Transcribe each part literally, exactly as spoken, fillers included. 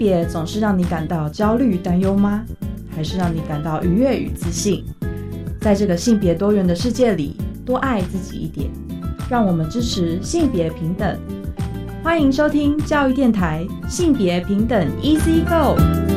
别总是让你感到焦虑担忧吗？还是让你感到愉悦与自信？在这个性别多元的世界里，多爱自己一点，让我们支持性别平等。欢迎收听教育电台性别平等 Easy Go。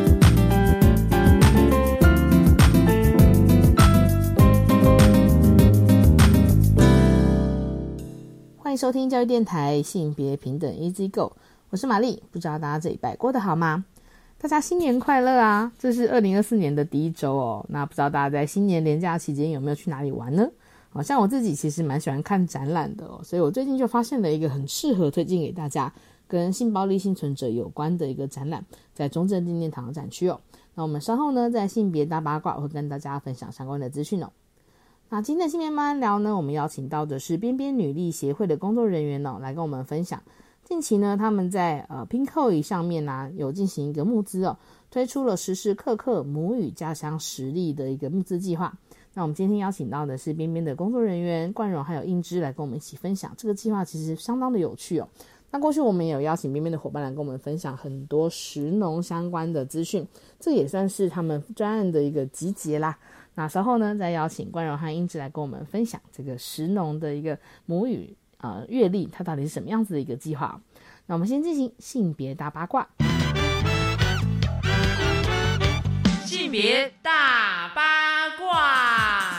欢迎收听教育电台性别平等 Easy Go， 我是玛丽。不知道大家这礼拜过得好吗？大家新年快乐啊！这是二零二四年的第一周哦。那不知道大家在新年连假期间有没有去哪里玩呢？好像我自己其实蛮喜欢看展览的哦，所以我最近就发现了一个很适合推荐给大家跟性暴力幸存者有关的一个展览，在中正纪念堂的展区哦。那我们稍后呢，在性别大八卦会跟大家分享相关的资讯哦。那今天的性别慢慢聊呢，我们邀请到的是边边女力协会的工作人员哦，来跟我们分享近期呢，他们在呃 Pinkoi 上面啊，有进行一个募资哦，推出了时时刻刻母语家乡实力的一个募资计划。那我们今天邀请到的是边边的工作人员冠荣还有英芝来跟我们一起分享这个计划，其实相当的有趣哦。那过去我们也有邀请边边的伙伴来跟我们分享很多食农相关的资讯，这也算是他们专案的一个集结啦。那稍后呢，再邀请冠荣和英芝来跟我们分享这个食农的一个母语呃阅历，它到底是什么样子的一个计划。那我们先进行性别大八卦。 性别大八卦，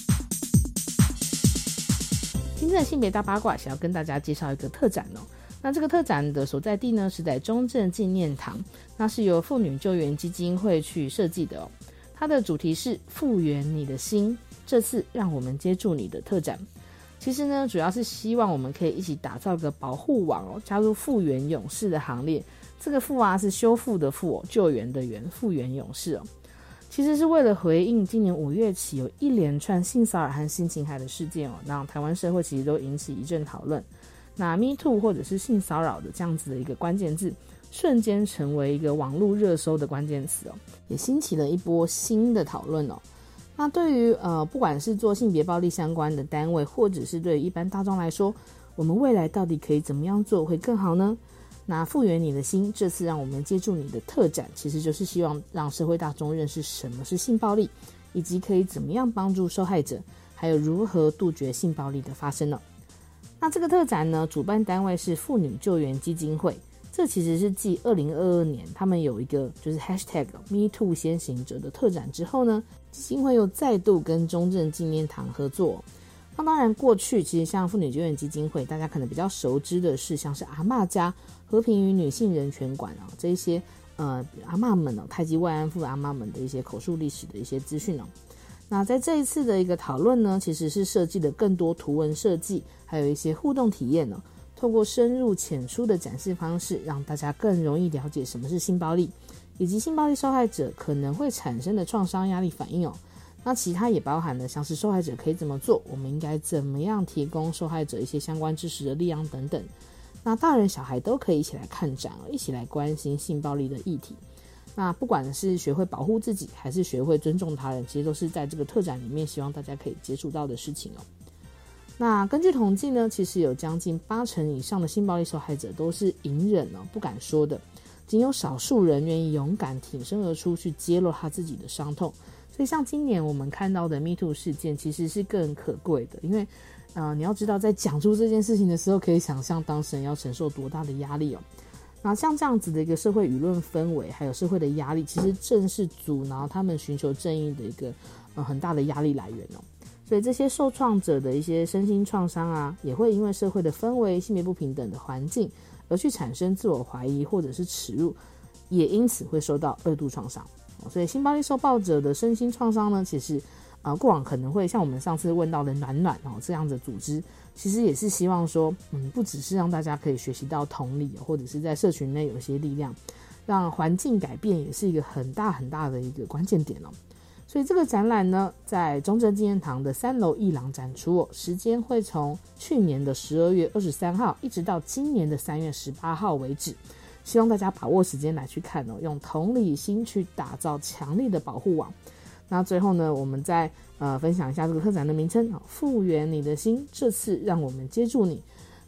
今天的性别大八卦想要跟大家介绍一个特展哦。那这个特展的所在地呢，是在中正纪念堂，那是由妇女救援基金会去设计的哦。它的主题是复原你的心，这次让我们接住你的特展。其实呢，主要是希望我们可以一起打造个保护网哦，加入复原勇士的行列。这个复啊是修复的复哦，救援的援，复原勇士哦。其实是为了回应今年五月起有一连串性骚扰和性侵害的事件哦，让台湾社会其实都引起一阵讨论。那 Me Too 或者是性骚扰的这样子的一个关键字，瞬间成为一个网络热搜的关键词哦，也兴起了一波新的讨论哦。那对于呃，不管是做性别暴力相关的单位，或者是对于一般大众来说，我们未来到底可以怎么样做会更好呢？那复原你的心，这次让我们接住你的特展，其实就是希望让社会大众认识什么是性暴力，以及可以怎么样帮助受害者，还有如何杜绝性暴力的发生呢？那这个特展呢，主办单位是妇女救援基金会，这其实是继二零二二年他们有一个就是 hashtag Me Too 先行者的特展之后呢，基金会又再度跟中正纪念堂合作。那当然过去其实像妇女救援基金会，大家可能比较熟知的是像是阿嬷家和平与女性人权馆啊，这一些呃阿嬷们哦，太极慰安妇阿嬷们的一些口述历史的一些资讯哦。那在这一次的一个讨论呢，其实是设计了更多图文设计，还有一些互动体验哦，透过深入浅出的展示方式，让大家更容易了解什么是性暴力，以及性暴力受害者可能会产生的创伤压力反应哦。那其他也包含了像是受害者可以怎么做，我们应该怎么样提供受害者一些相关知识的力量等等。那大人小孩都可以一起来看展哦，一起来关心性暴力的议题。那不管是学会保护自己，还是学会尊重他人，其实都是在这个特展里面希望大家可以接触到的事情哦。那根据统计呢，其实有将近八成以上的性暴力受害者都是隐忍哦，不敢说的，仅有少数人愿意勇敢挺身而出去揭露他自己的伤痛。所以像今年我们看到的 Me Too 事件其实是更可贵的，因为呃，你要知道在讲出这件事情的时候，可以想象当事人要承受多大的压力哦。那像这样子的一个社会舆论氛围还有社会的压力，其实正是阻挠他们寻求正义的一个呃很大的压力来源哦。所以这些受创者的一些身心创伤啊，也会因为社会的氛围、性别不平等的环境而去产生自我怀疑或者是耻辱，也因此会受到二度创伤。所以性暴力受暴者的身心创伤呢，其实呃过往可能会像我们上次问到的暖暖哦这样的组织，其实也是希望说嗯不只是让大家可以学习到同理，或者是在社群内有些力量，让环境改变也是一个很大很大的一个关键点哦。所以这个展览呢，在中正纪念堂的三楼艺廊展出哦，时间会从去年的十二月二十三号一直到今年的三月十八号为止。希望大家把握时间来去看哦，用同理心去打造强力的保护网。那最后呢，我们再呃分享一下这个特展的名称，复原你的心，这次让我们接住你。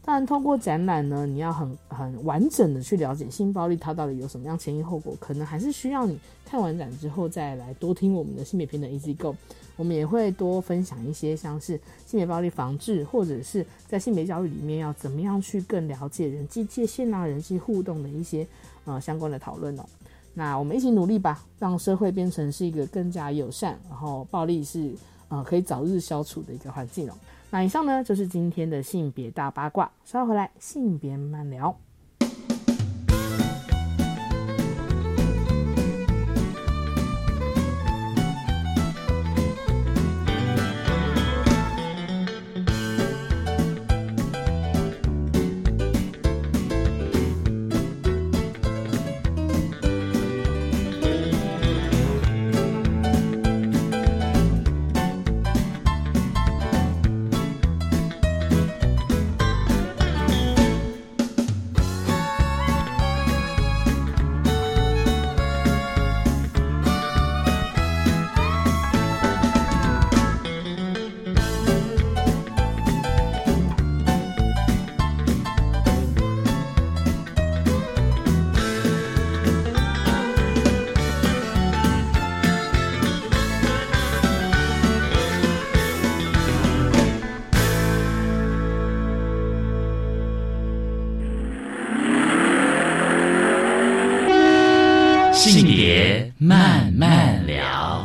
当然透过展览呢，你要很很完整的去了解性暴力它到底有什么样前因后果，可能还是需要你看完展之后再来多听我们的性别平等 Easy Go。 我们也会多分享一些像是性别暴力防治，或者是在性别教育里面要怎么样去更了解人际界限啊、人际互动的一些呃相关的讨论哦。那我们一起努力吧，让社会变成是一个更加友善，然后暴力是呃可以早日消除的一个环境哦。那以上呢就是今天的性别大八卦，稍后回来性别慢聊。 性别慢慢聊。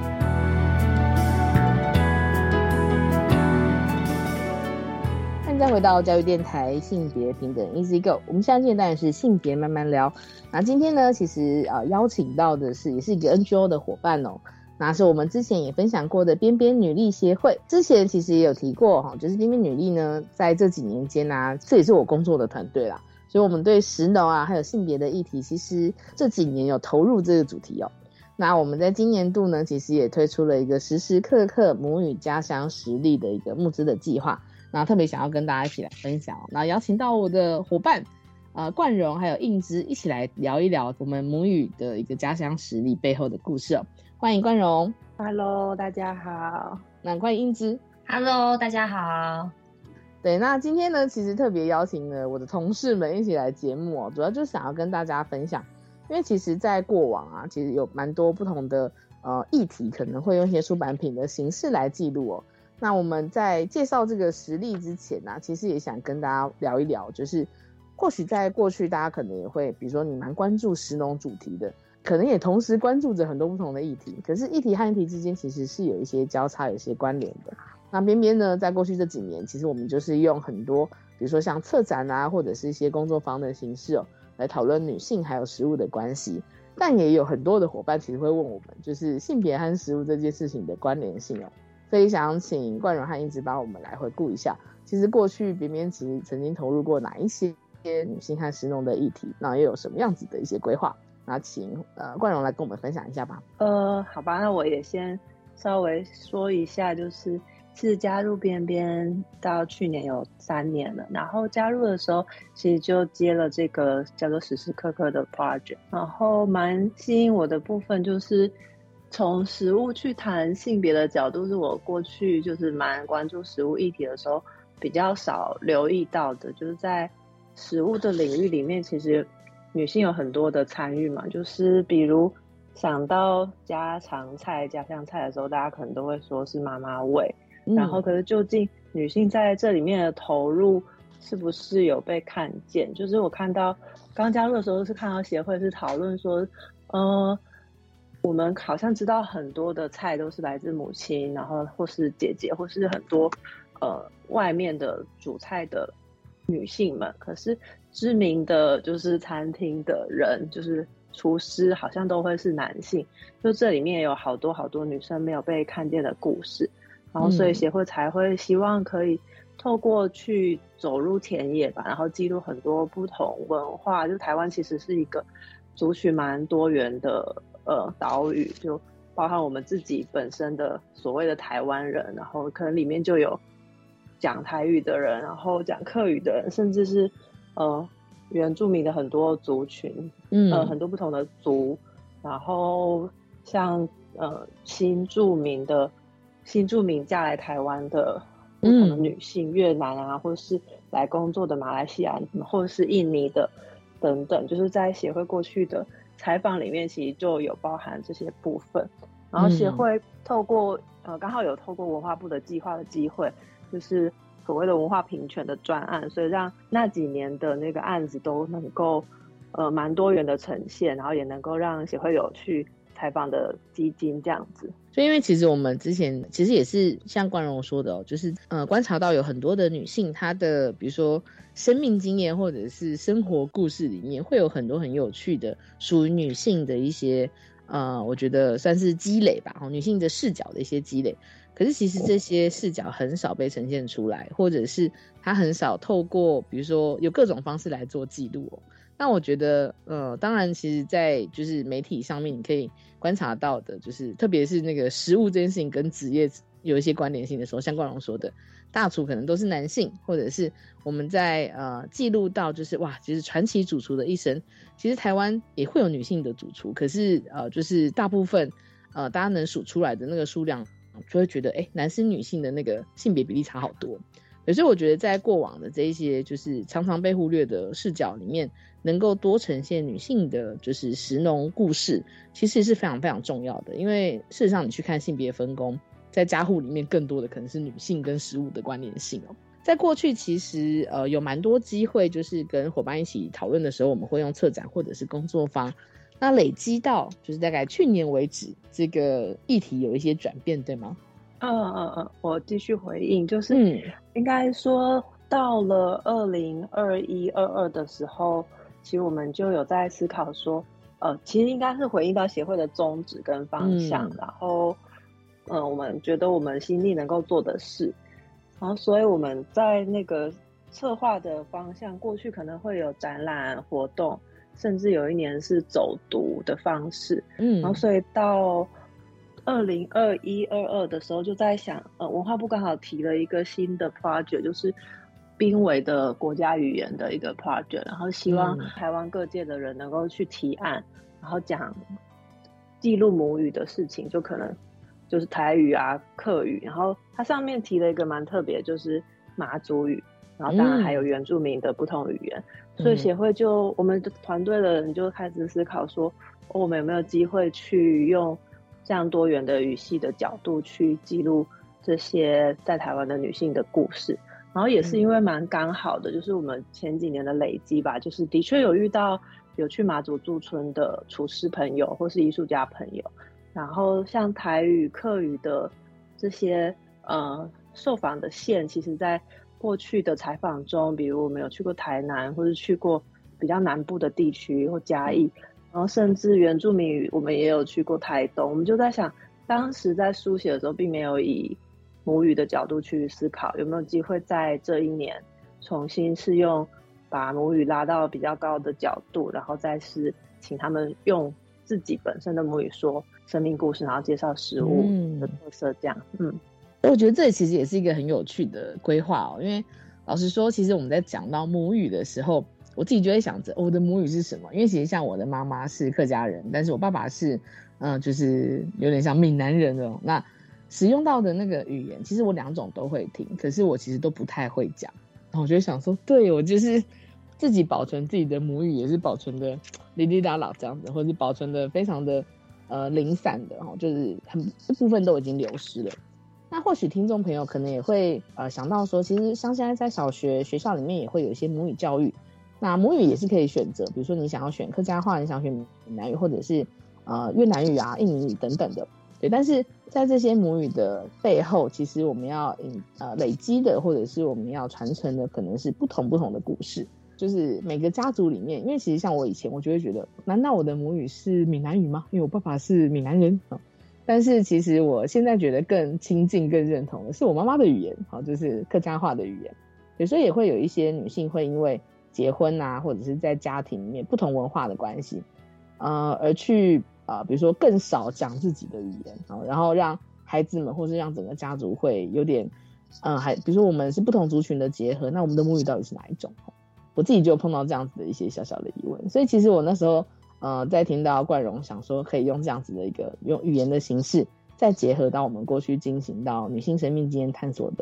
欢迎再回到教育电台性别平等 Easy Go。 我们现在进的单元是性别慢慢聊。那今天呢，其实呃邀请到的是也是一个 N G O 的伙伴哦。那是我们之前也分享过的边边女力协会，之前其实也有提过哈，就是边边女力呢，在这几年间啊，这也是我工作的团队啦。所以我们对时农啊还有性别的议题，其实这几年有投入这个主题哦。那我们在今年度呢，其实也推出了一个时时刻刻母语家乡实力的一个募资的计划，那特别想要跟大家一起来分享。那邀请到我的伙伴呃冠荣还有印之一起来聊一聊我们母语的一个家乡实力背后的故事哦。欢迎冠荣。 Hello， 大家好。 那欢迎印之。 Hello， 大家好。 对，那今天呢，其实特别邀请了我的同事们一起来节目哦，主要就是想要跟大家分享，因为其实在过往啊，其实有蛮多不同的呃议题，可能会用一些出版品的形式来记录哦。那我们在介绍这个实例之前啊，其实也想跟大家聊一聊，就是或许在过去大家可能也会，比如说你蛮关注食农主题的，可能也同时关注着很多不同的议题，可是议题和议题之间其实是有一些交叉、有一些关联的。那边边呢，在过去这几年，其实我们就是用很多，比如说像策展啊，或者是一些工作坊的形式哦，来讨论女性还有食物的关系。但也有很多的伙伴其实会问我们，就是性别和食物这件事情的关联性哦。所以想请冠荣和印之帮我们来回顾一下，其实过去边边其实曾经投入过哪一些女性和食农的议题，那又有什么样子的一些规划？那请呃冠荣来跟我们分享一下吧。 呃，好吧，那我也先稍微说一下，就是是加入边边到去年有三年了，然后加入的时候其实就接了这个叫做时时刻刻的 project， 然后蛮吸引我的部分就是从食物去谈性别的角度，是我过去就是蛮关注食物议题的时候比较少留意到的，就是在食物的领域里面，其实女性有很多的参与嘛，就是比如想到家常菜、家乡菜的时候，大家可能都会说是妈妈味，嗯、然后可是究竟女性在这里面的投入是不是有被看见？就是我看到刚加入的时候是看到协会是讨论说，呃，我们好像知道很多的菜都是来自母亲，然后或是姐姐，或是很多呃外面的煮菜的女性们，可是知名的就是餐厅的人，就是厨师好像都会是男性，就这里面有好多好多女生没有被看见的故事，然后所以协会才会希望可以透过去走入田野吧，然后记录很多不同文化，就台湾其实是一个族群蛮多元的呃岛屿，就包含我们自己本身的所谓的台湾人，然后可能里面就有讲台语的人，然后讲客语的人，甚至是呃原住民的很多族群，嗯，呃很多不同的族，然后像呃新住民的新住民嫁来台湾的不同的女性，嗯、越南啊，或是来工作的马来西亚，或者是印尼的等等，就是在协会过去的采访里面，其实就有包含这些部分。然后协会透过、嗯、呃，刚好有透过文化部的计划的机会，就是所谓的文化平权的专案，所以让那几年的那个案子都能够呃蛮多元的呈现，然后也能够让协会有去采访的基金这样子。 所以因为其实我们之前其实也是像冠荣说的哦，就是呃观察到有很多的女性，她的比如说生命经验或者是生活故事里面会有很多很有趣的属于女性的一些呃我觉得算是积累吧，女性的视角的一些积累。可是其实这些视角很少被呈现出来，或者是她很少透过比如说有各种方式来做记录哦。那我觉得呃当然其实在就是媒体上面你可以观察到的，就是特别是那个食物这件事情跟职业有一些关联性的时候，像冠荣说的大厨可能都是男性，或者是我们在呃记录到就是哇就是传奇主厨的一生，其实台湾也会有女性的主厨，可是呃就是大部分呃大家能数出来的那个数量就会觉得哎，男性女性的那个性别比例差好多。所以我觉得在过往的这一些就是常常被忽略的视角里面，能够多呈现女性的就是食农故事，其实是非常非常重要的。因为事实上你去看性别分工，在家户里面更多的可能是女性跟食物的关联性哦。在过去其实呃有蛮多机会，就是跟伙伴一起讨论的时候，我们会用策展或者是工作坊，那累积到就是大概去年为止，这个议题有一些转变，对吗？ 嗯嗯嗯，我继续回应，就是应该说到了二零二一、二二的时候，其实我们就有在思考说，呃，其实应该是回应到协会的宗旨跟方向，嗯、然后，嗯、呃，我们觉得我们心力能够做的事，然后，所以我们在那个策划的方向，过去可能会有展览活动，甚至有一年是走读的方式，嗯，然后所以到二零二一、二二的时候就在想，呃，文化部刚好提了一个新的 project， 就是濒危的国家语言的一个 project， 然后希望台湾各界的人能够去提案，然后讲记录母语的事情，就可能就是台语啊、客语，然后它上面提了一个蛮特别，就是马祖语，然后当然还有原住民的不同语言，嗯、所以协会就我们的团队的人就开始思考说，哦，我们有没有机会去用这样多元的语系的角度去记录这些在台湾的女性的故事，然后也是因为蛮刚好的，就是我们前几年的累积吧，就是的确有遇到有去马祖驻村的厨师朋友或是艺术家朋友，然后像台语、客语的这些呃受访的县，其实在过去的采访中，比如我们有去过台南，或是去过比较南部的地区或嘉义。然后甚至原住民语我们也有去过台东，我们就在想当时在书写的时候并没有以母语的角度去思考，有没有机会在这一年重新是用把母语拉到比较高的角度，然后再是请他们用自己本身的母语说生命故事，然后介绍食物的特色这样。嗯， 我觉得这其实也是一个很有趣的规划哦，因为老实说其实我们在讲到母语的时候，我自己就会想着、哦、我的母语是什么，因为其实像我的妈妈是客家人，但是我爸爸是嗯、呃，就是有点像闽南人的，那使用到的那个语言其实我两种都会听，可是我其实都不太会讲，然后我就会想说对，我就是自己保存自己的母语也是保存的哩哩啦啦这样子，或者是保存的非常的呃零散的，就是很一部分都已经流失了。那或许听众朋友可能也会呃想到说，其实像现在在小学学校里面也会有一些母语教育，那母语也是可以选择，比如说你想要选客家话，你想选闽南语，或者是呃越南语啊、印尼语等等的，对。但是在这些母语的背后，其实我们要呃累积的，或者是我们要传承的，可能是不同不同的故事。就是每个家族里面，因为其实像我以前，我就会觉得，难道我的母语是闽南语吗？因为我爸爸是闽南人啊。但是其实我现在觉得更亲近、更认同的是我妈妈的语言，好，就是客家话的语言。对，所以也会有一些女性会因为结婚啊，或者是在家庭里面不同文化的关系，呃，而去呃，比如说更少讲自己的语言，然后让孩子们或是让整个家族会有点，呃，还比如说我们是不同族群的结合，那我们的母语到底是哪一种？我自己就碰到这样子的一些小小的疑问，所以其实我那时候呃，在听到冠荣想说可以用这样子的一个用语言的形式，再结合到我们过去进行到女性生命经验探索的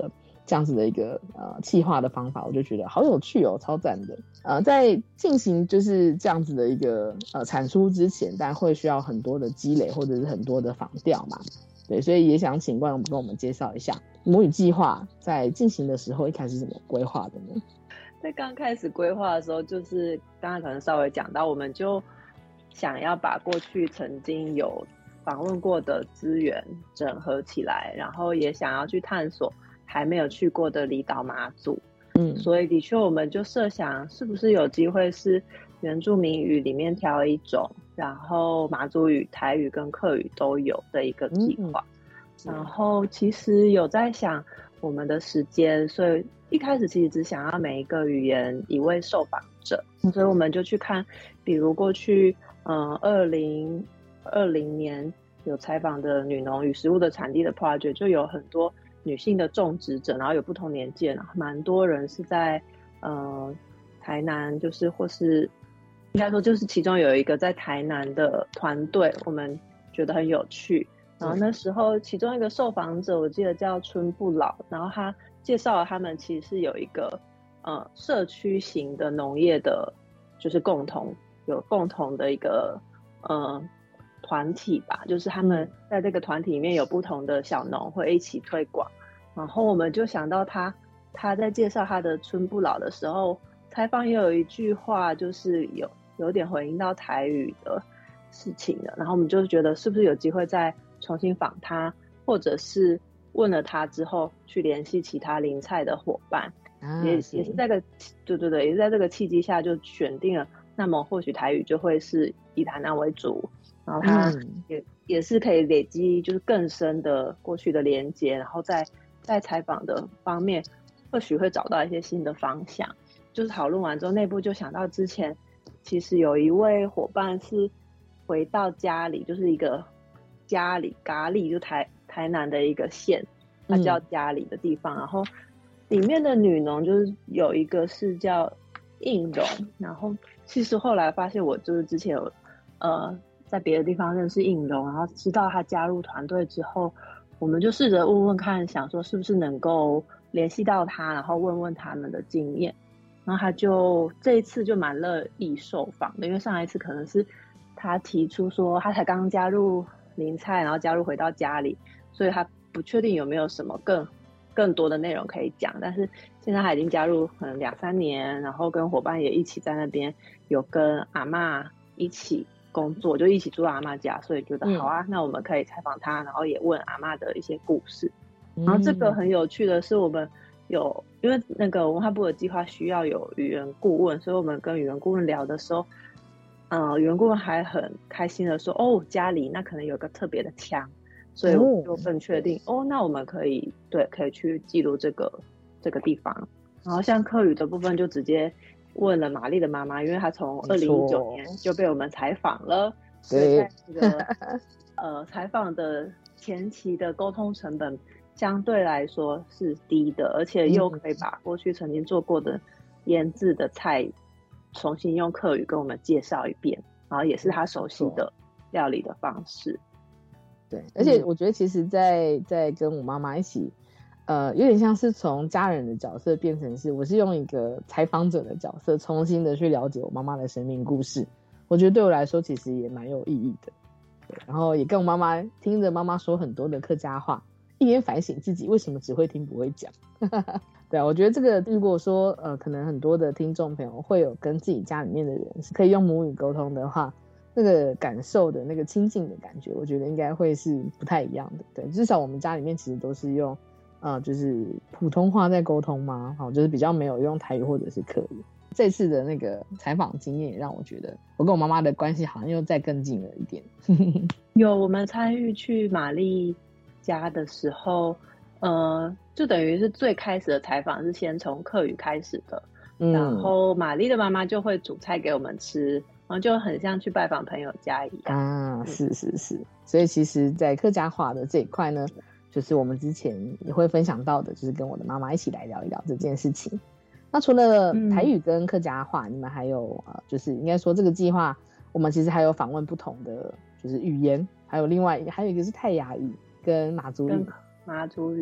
这样子的一个呃企划的方法，我就觉得好有趣哦，超赞的。呃，在进行就是这样子的一个呃产出之前，当然会需要很多的积累或者是很多的访调嘛，对，所以也想请冠荣跟我们介绍一下母语计划在进行的时候一开始怎么规划的呢？ 在刚开始规划的时候，就是刚刚可能稍微讲到，我们就想要把过去曾经有访问过的资源整合起来，然后也想要去探索还没有去过的离岛马祖。嗯，所以的确我们就设想是不是有机会是原住民语里面挑一种，然后马祖语、台语跟客语都有的一个计划。嗯，然后其实有在想我们的时间，所以一开始其实只想要每一个语言一位受访者，所以我们就去看，比如过去嗯二零二零年有采访的女农与食物的产地的 project， 就有很多女性的种植者，然后有不同年纪，蛮多人是在呃台南，就是或是应该说就是其中有一个在台南的团队，我们觉得很有趣。然后那时候其中一个受访者我记得叫春不老，然后他介绍了他们其实是有一个呃社区型的农业的，就是共同有共同的一个呃团体吧，就是他们在这个团体里面有不同的小农会一起推广。然后我们就想到他他在介绍他的春不老的时候，采访也有一句话就是有有点回应到台语的事情的，然后我们就觉得是不是有机会再重新访他，或者是问了他之后去联系其他林菜的伙伴，啊、也也是这个对对对，也是在这个契机下就选定了。那么或许台语就会是以台南为主，然后他也、嗯、也是可以累积就是更深的过去的连接，然后在在采访的方面或许会找到一些新的方向。就是讨论完之后，内部就想到之前其实有一位伙伴是回到家里，就是一个家里咖喱，就台台南的一个县，它叫家里的地方、嗯、然后里面的女农就是有一个是叫应荣，然后其实后来发现我就是之前有呃在别的地方认识应荣，然后知道他加入团队之后，我们就试着问问看，想说是不是能够联系到他，然后问问他们的经验。然后他就这一次就蛮乐意受访的，因为上一次可能是他提出说他才刚加入林菜，然后加入回到家里，所以他不确定有没有什么更更多的内容可以讲。但是现在他已经加入可能两三年，然后跟伙伴也一起在那边有跟阿嬷一起工作，就一起住阿嬷家，所以觉得好啊、嗯、那我们可以采访他，然后也问阿嬷的一些故事。然后这个很有趣的是，我们有因为那个文化部的计划需要有语言顾问，所以我们跟语言顾问聊的时候，呃，语言顾问还很开心的说，哦，家里那可能有个特别的腔，所以我就更确定，哦，哦那我们可以对可以去记录这个这个地方。然后像客语的部分就直接问了玛丽的妈妈，因为她从二零一九年就被我们采访了，所以在这个呃采访的前期的沟通成本相对来说是低的，而且又可以把过去曾经做过的腌制的菜重新用客语跟我们介绍一遍，然后也是他熟悉的料理的方式。 对，而且我觉得其实在在跟我妈妈一起呃，有点像是从家人的角色变成是我是用一个采访者的角色重新的去了解我妈妈的生命故事，我觉得对我来说其实也蛮有意义的。对，然后也跟我妈妈听着妈妈说很多的客家话，一边反省自己为什么只会听不会讲。对啊，我觉得这个如果说呃，可能很多的听众朋友会有跟自己家里面的人是可以用母语沟通的话，那个感受的那个亲近的感觉，我觉得应该会是不太一样的。对，至少我们家里面其实都是用呃，就是普通话在沟通嘛，好，就是比较没有用台语或者是客语。这次的那个采访经验也让我觉得我跟我妈妈的关系好像又再更近了一点。 有我们参与去玛丽家的时候，呃，就等于是最开始的采访是先从客语开始的、嗯、然后玛丽的妈妈就会煮菜给我们吃，然后就很像去拜访朋友家一样啊。是是是，所以其实在客家话的这一块呢，就是我们之前也会分享到的，就是跟我的妈妈一起来聊一聊这件事情。那除了台语跟客家话、嗯、你们还有呃，就是应该说这个计划我们其实还有访问不同的就是语言，还有另外还有一个是泰雅语跟马祖语。 马祖语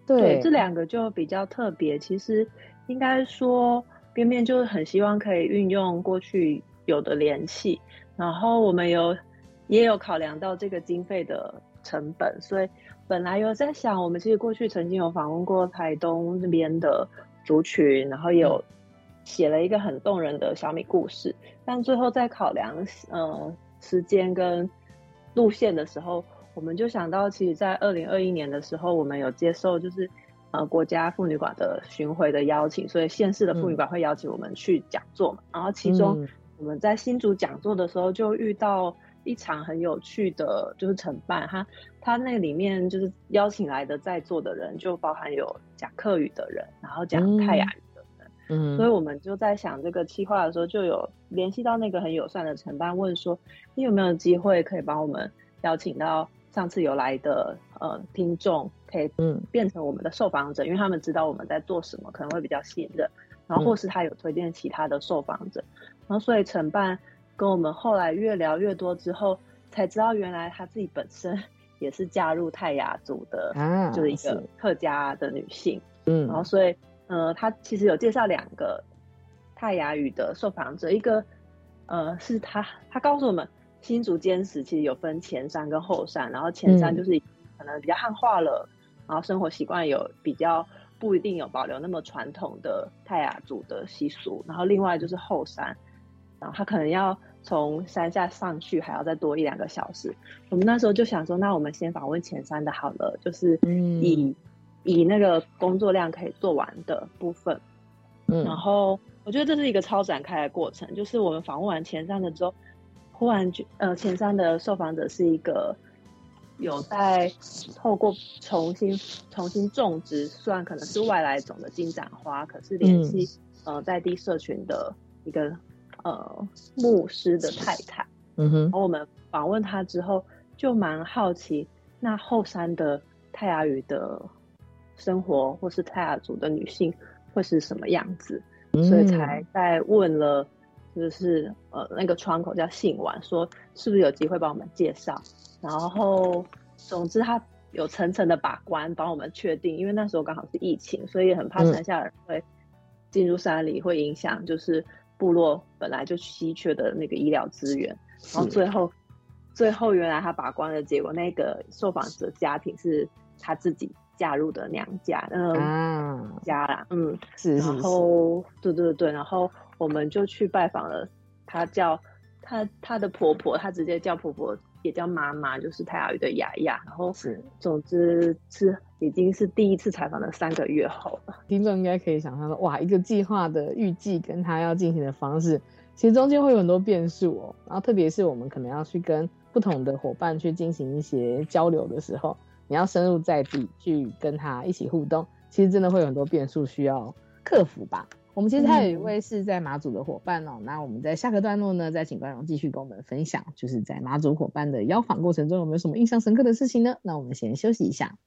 对， 对，这两个就比较特别。其实应该说，边边就是很希望可以运用过去有的联系，然后我们有也有考量到这个经费的成本，所以本来有在想，我们其实过去曾经有访问过台东那边的族群，然后也有写了一个很动人的小米故事，但最后在考量呃时间跟路线的时候，我们就想到，其实在二零二一年的时候，我们有接受就是呃国家妇女馆的巡回的邀请，所以县市的妇女馆会邀请我们去讲座嘛，嗯、然后其中我们在新竹讲座的时候就遇到一场很有趣的，就是承办他他那里面就是邀请来的在座的人，就包含有讲客语的人，然后讲泰雅语的人，嗯，所以我们就在想这个企划的时候，就有联系到那个很友善的承办，问说你有没有机会可以帮我们邀请到上次有来的呃听众，可以变成我们的受访者，因为他们知道我们在做什么，可能会比较信任，然后或是他有推荐其他的受访者，然后所以承办跟我们后来越聊越多之后，才知道原来他自己本身也是嫁入泰雅族的，啊、就是一个客家的女性，嗯，然后所以呃他其实有介绍两个泰雅语的受访者，一个呃是他他告诉我们。新竹尖石其实有分前山跟后山，然后前山就是可能比较汉化了，嗯、然后生活习惯有比较不一定有保留那么传统的泰雅族的习俗，然后另外就是后山，然后他可能要从山下上去还要再多一两个小时。我们那时候就想说，那我们先访问前山的好了，就是以、嗯、以那个工作量可以做完的部分，嗯，然后我觉得这是一个超展开的过程，就是我们访问完前山的之后。忽然呃，前山的受访者是一个有在透过重新重新种植，虽然可能是外来种的金盏花，可是联系、嗯、呃在地社群的一个呃牧师的太太。嗯哼，然后我们访问他之后，就蛮好奇，那后山的泰雅语的生活，或是泰雅族的女性会是什么样子，嗯、所以才在问了。就是呃那个窗口叫信丸，说是不是有机会帮我们介绍，然后总之他有层层的把关帮我们确定，因为那时候刚好是疫情，所以也很怕山下人会进入山里，会影响就是部落本来就稀缺的那个医疗资源，然后最后最后原来他把关的结果，那个受访者家庭是他自己嫁入的娘家，嗯、啊、家啦，嗯是是是，然后对对对，然后我们就去拜访了她，叫她她的婆婆，她直接叫婆婆也叫妈妈，就是泰雅语的雅雅。然后是，总之是已经是第一次采访的三个月后了。 听众应该可以想象说，哇，一个计划的预计跟她要进行的方式，其实中间会有很多变数哦。然后特别是我们可能要去跟不同的伙伴去进行一些交流的时候，你要深入在地去跟他一起互动，其实真的会有很多变数需要克服吧。我们其实还有一位是在马祖的伙伴哦，嗯、那我们在下个段落呢，再请冠荣继续跟我们分享，就是在马祖伙伴的邀访过程中有没有什么印象深刻的事情呢？那我们先休息一下。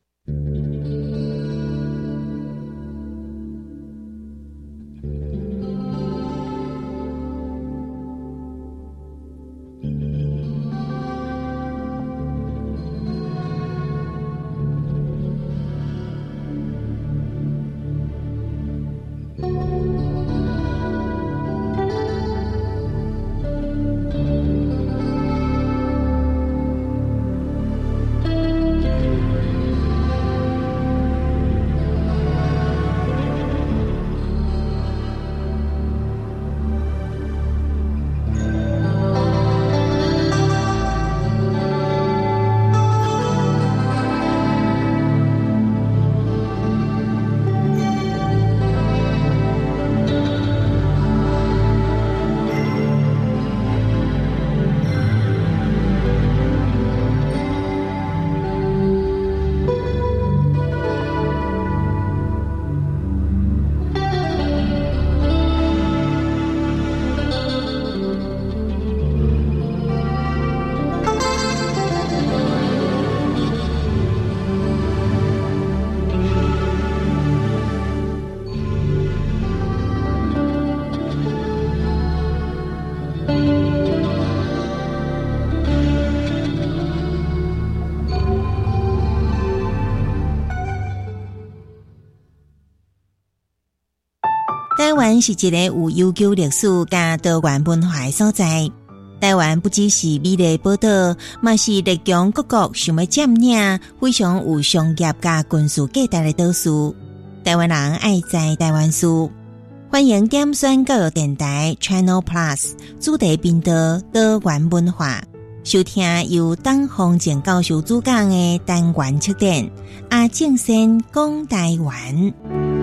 湾是一个有悠久历史加多元文化的所在。台湾不只是美丽宝岛，嘛是列强各国想要占领、非常有商业加军事价值的岛屿。台湾人爱在台湾事，欢迎点选教育电台 Channel Plus 主题频道多元文化，收听由董宏正教授主讲的单元测点阿正先讲台湾。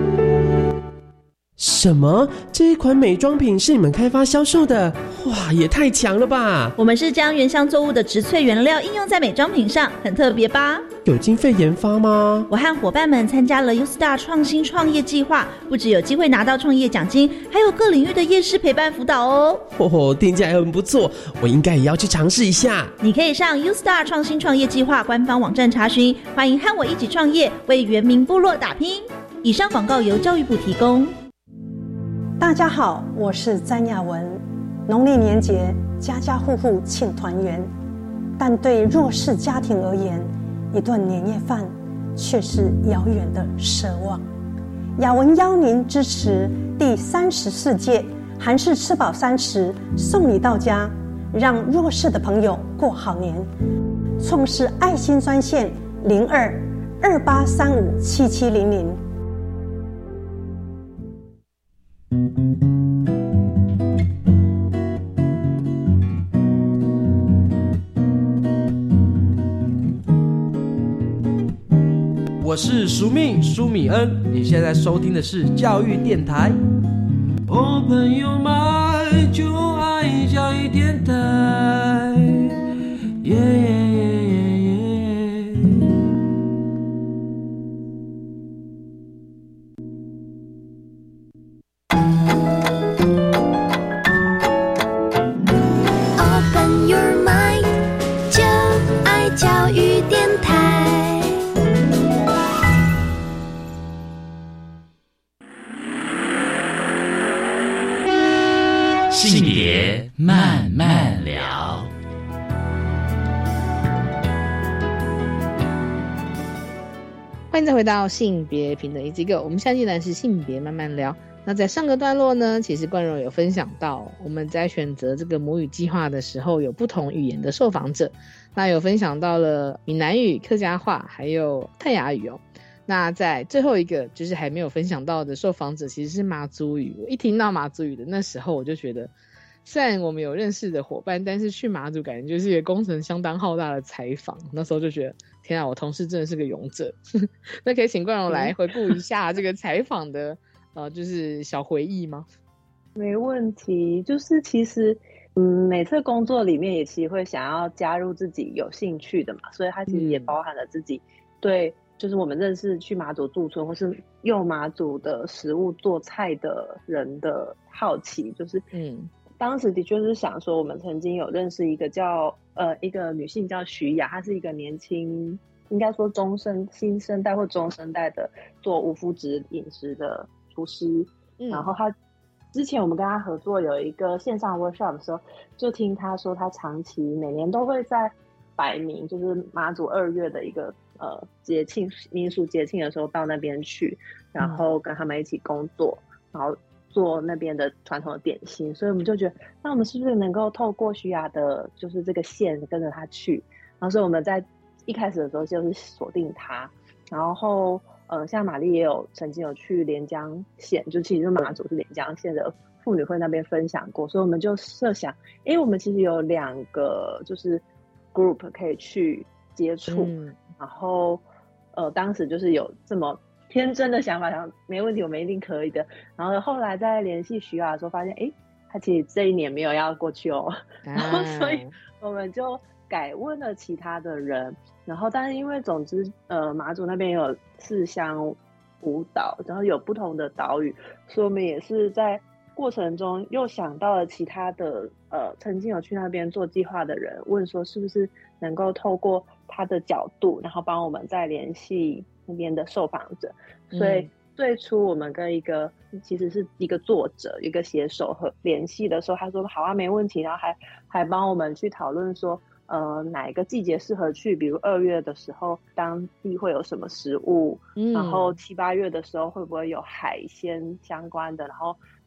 什么？这一款美妆品是你们开发销售的？哇，也太强了吧！ 我们是将原乡作物的植萃原料应用在美妆品上，很特别吧？ 有经费研发吗？ 我和伙伴们参加了 U-Star 创新创业计划，不只有机会拿到创业奖金，还有各领域的业师陪伴辅导哦。 哦，听起来很不错，我应该也要去尝试一下。 你可以上 U-Star 创新创业计划官方网站查询，欢迎和我一起创业，为原民部落打拼。以上广告由教育部提供。 大家好，我是詹雅文。农历年节，家家户户庆团圆，但对弱势家庭而言，一顿年夜饭却是遥远的奢望。雅文邀您支持第三十四届韩式吃饱三十送礼到家，让弱势的朋友过好年。创世爱心专线零二二八三五七七零零。 我是苏密苏米恩，你现在收听的是教育电台。哦，朋友们就爱教育电台，耶耶耶耶耶。 Open your mind， 就爱教育电台。 性别慢慢聊。 欢迎再回到性别平等一机构，我们下集呢是性别慢慢聊。那在上个段落呢，其实冠柔有分享到我们在选择这个母语计划的时候，有不同语言的受访者，那有分享到了闽南语、客家话还有泰雅语哦。那在最后一个就是还没有分享到的受访者其实是马祖语。我一听到马祖语的那时候，我就觉得虽然我们有认识的伙伴，但是去马祖感觉就是一个工程相当浩大的采访，那时候就觉得天啊，我同事真的是个勇者。那可以请冠柔来回顾一下这个采访的呃，就是小回忆吗？ 没问题，就是其实嗯，每次工作里面也其实会想要加入自己有兴趣的嘛，所以它其实也包含了自己对就是我们认识去马祖驻村或是用马祖的食物做菜的人的好奇，就是嗯，当时的确是想说，我们曾经有认识一个叫呃一个女性叫徐雅，她是一个年轻，应该说中生新生代或中生代的做无麸质饮食的厨师，嗯、然后她之前我们跟她合作有一个线上 workshop 的时候，就听她说她长期每年都会在百名，就是马祖二月的一个呃节庆民俗节庆的时候到那边去，然后跟他们一起工作，然后做那边的传统的点心，所以我们就觉得那我们是不是能够透过徐雅的就是这个线跟着他去，然后所以我们在一开始的时候就是锁定他，然后呃像玛丽也有曾经有去连江县，就其实马祖是连江县的妇女会那边分享过，所以我们就设想诶我们其实有两个就是group 可以去接触、嗯、然后呃当时就是有这么天真的想法，想没问题，我们一定可以的。然后后来在联系徐雅的时候，发现哎，他其实这一年没有要过去哦，啊、然后所以我们就改问了其他的人。然后但是因为总之呃马祖那边有四乡五岛，然后有不同的岛屿，所以我们也是在过程中又想到了其他的呃曾经有去那边做计划的人，问说是不是能够透过他的角度，然后帮我们再联系那边的受访者。所以最初我们跟一个其实是一个作者一个写手和联系的时候，他说好啊没问题，然后还还帮我们去讨论说呃哪一个季节适合去，比如二月的时候当地会有什么食物、嗯、然后七八月的时候会不会有海鲜相关的，然后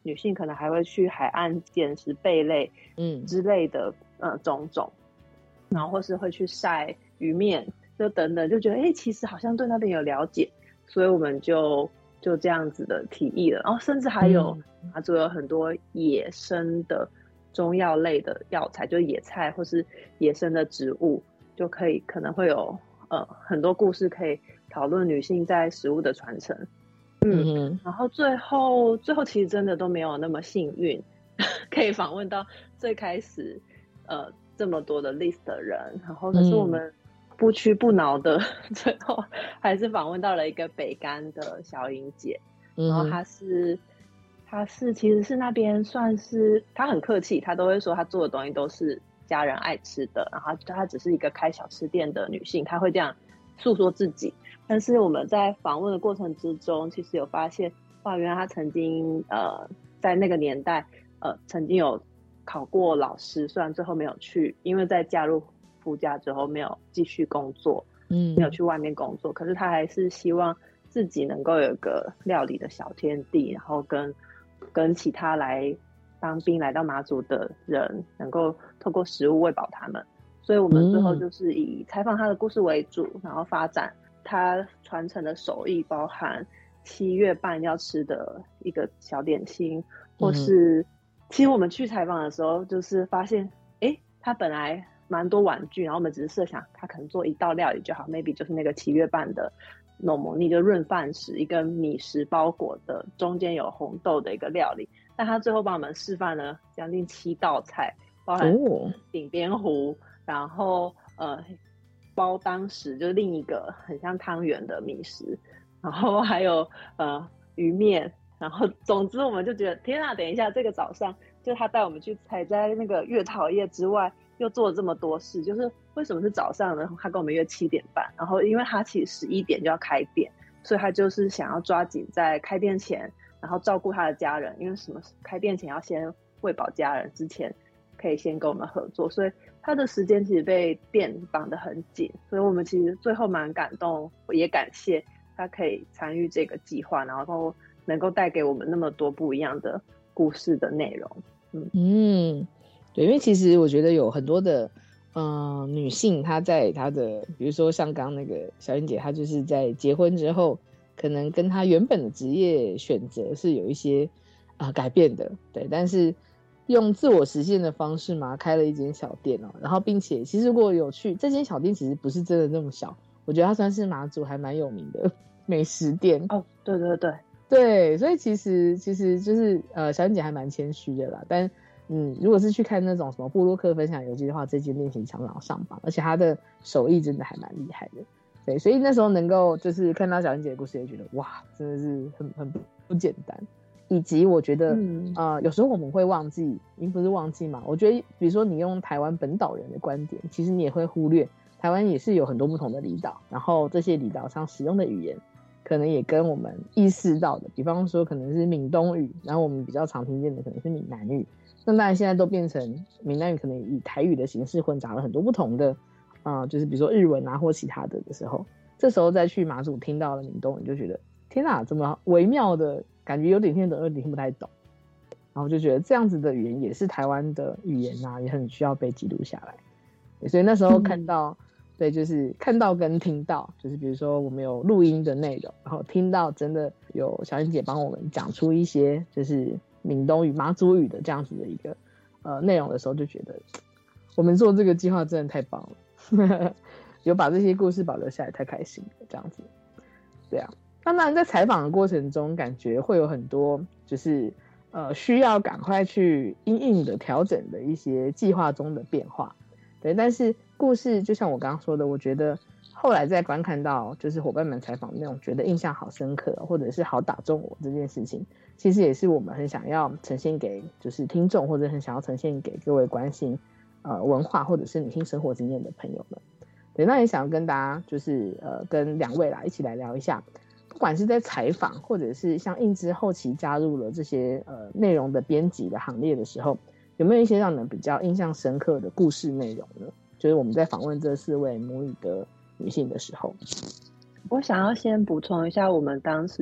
女性可能还会去海岸捡拾贝类嗯之类的呃种种，然后或是会去晒鱼面就等等，就觉得哎、欸，其实好像对那边有了解，所以我们就就这样子的提议了。然后甚至还有马祖有很多野生的中药类的药材，就是野菜或是野生的植物，就可以可能会有呃很多故事可以讨论女性在食物的传承。嗯，嗯然后最后最后其实真的都没有那么幸运，可以访问到最开始呃这么多的 list 的人，然后可是我们不屈不挠的，嗯、最后还是访问到了一个北干的小英姐，嗯、然后她是她是其实是那边算是她很客气，她都会说她做的东西都是家人爱吃的，然后她只是一个开小吃店的女性，她会这样诉说自己。但是我们在访问的过程之中，其实有发现，哇，原来他曾经呃在那个年代呃曾经有考过老师，虽然最后没有去，因为在加入夫家之后没有继续工作，嗯，没有去外面工作，可是他还是希望自己能够有个料理的小天地，然后跟跟其他来当兵来到马祖的人，能够透过食物喂饱他们。所以我们最后就是以采访他的故事为主，然后发展他传承的手艺，包含七月半要吃的一个小点心，或是、嗯、其实我们去采访的时候，就是发现，哎，他本来蛮多玩具，然后我们只是设想他可能做一道料理就好 ，maybe 就是那个七月半的糯摩尼，就润饭食，一个米食包裹的，中间有红豆的一个料理，但他最后帮我们示范了将近七道菜，包含顶边糊，然后呃。包当时就是另一个很像汤圆的米食，然后还有呃鱼面，然后总之我们就觉得天啊，等一下这个早上就他带我们去采摘那个月桃叶之外，又做了这么多事，就是为什么是早上呢？他跟我们约七点半，然后因为他其实十一点就要开店，所以他就是想要抓紧在开店前，然后照顾他的家人，因为什么开店前要先喂饱家人，之前可以先跟我们合作，所以他的时间其实被店绑得很紧，所以我们其实最后蛮感动，也感谢他可以参与这个计划，然后能够带给我们那么多不一样的故事的内容。嗯嗯，对，因为其实我觉得有很多的嗯、呃、女性，她在她的比如说像刚刚那个小英姐，她就是在结婚之后，可能跟她原本的职业选择是有一些啊、呃、改变的，对，但是用自我实现的方式嘛，开了一间小店哦，然后并且其实如果有去这间小店，其实不是真的那么小，我觉得它算是马祖还蛮有名的美食店哦。对对对对，所以其实其实就是呃，小英姐还蛮谦虚的啦。但嗯，如果是去看那种什么部落客分享游记的话，这间店其实常常上榜，而且它的手艺真的还蛮厉害的。对，所以那时候能够就是看到小英姐的故事，也觉得哇，真的是很很不简单。以及我觉得、嗯、呃，有时候我们会忘记，您不是忘记嘛？我觉得比如说你用台湾本岛人的观点，其实你也会忽略台湾也是有很多不同的离岛，然后这些离岛上使用的语言可能也跟我们意识到的，比方说可能是闽东语，然后我们比较常听见的可能是闽南语，那当然现在都变成闽南语可能以台语的形式混杂了很多不同的呃，就是比如说日文啊或其他的的时候，这时候再去马祖听到了闽东语，就觉得天哪，这么微妙的感觉，有点听得懂有点听不太懂，然后就觉得这样子的语言也是台湾的语言啊，也很需要被记录下来。所以那时候看到、嗯、对，就是看到跟听到，就是比如说我们有录音的内容，然后听到真的有小英姐帮我们讲出一些就是闽东语马祖语的这样子的一个呃内容的时候，就觉得我们做这个计划真的太棒了有把这些故事保留下来，太开心了这样子。对啊，那当然在采访的过程中感觉会有很多就是呃需要赶快去因应的调整的一些计划中的变化。对，但是故事就像我刚刚说的，我觉得后来在观看到就是伙伴们采访那种觉得印象好深刻或者是好打中我这件事情，其实也是我们很想要呈现给就是听众，或者很想要呈现给各位关心呃文化或者是女性生活经验的朋友们。对，那也想要跟大家就是呃跟两位啦一起来聊一下，不管是在采访或者是像印之后期加入了这些呃内容的编辑的行列的时候，有没有一些让人比较印象深刻的故事内容呢？就是我们在访问这四位母语的女性的时候， 我想要先补充一下，我们当时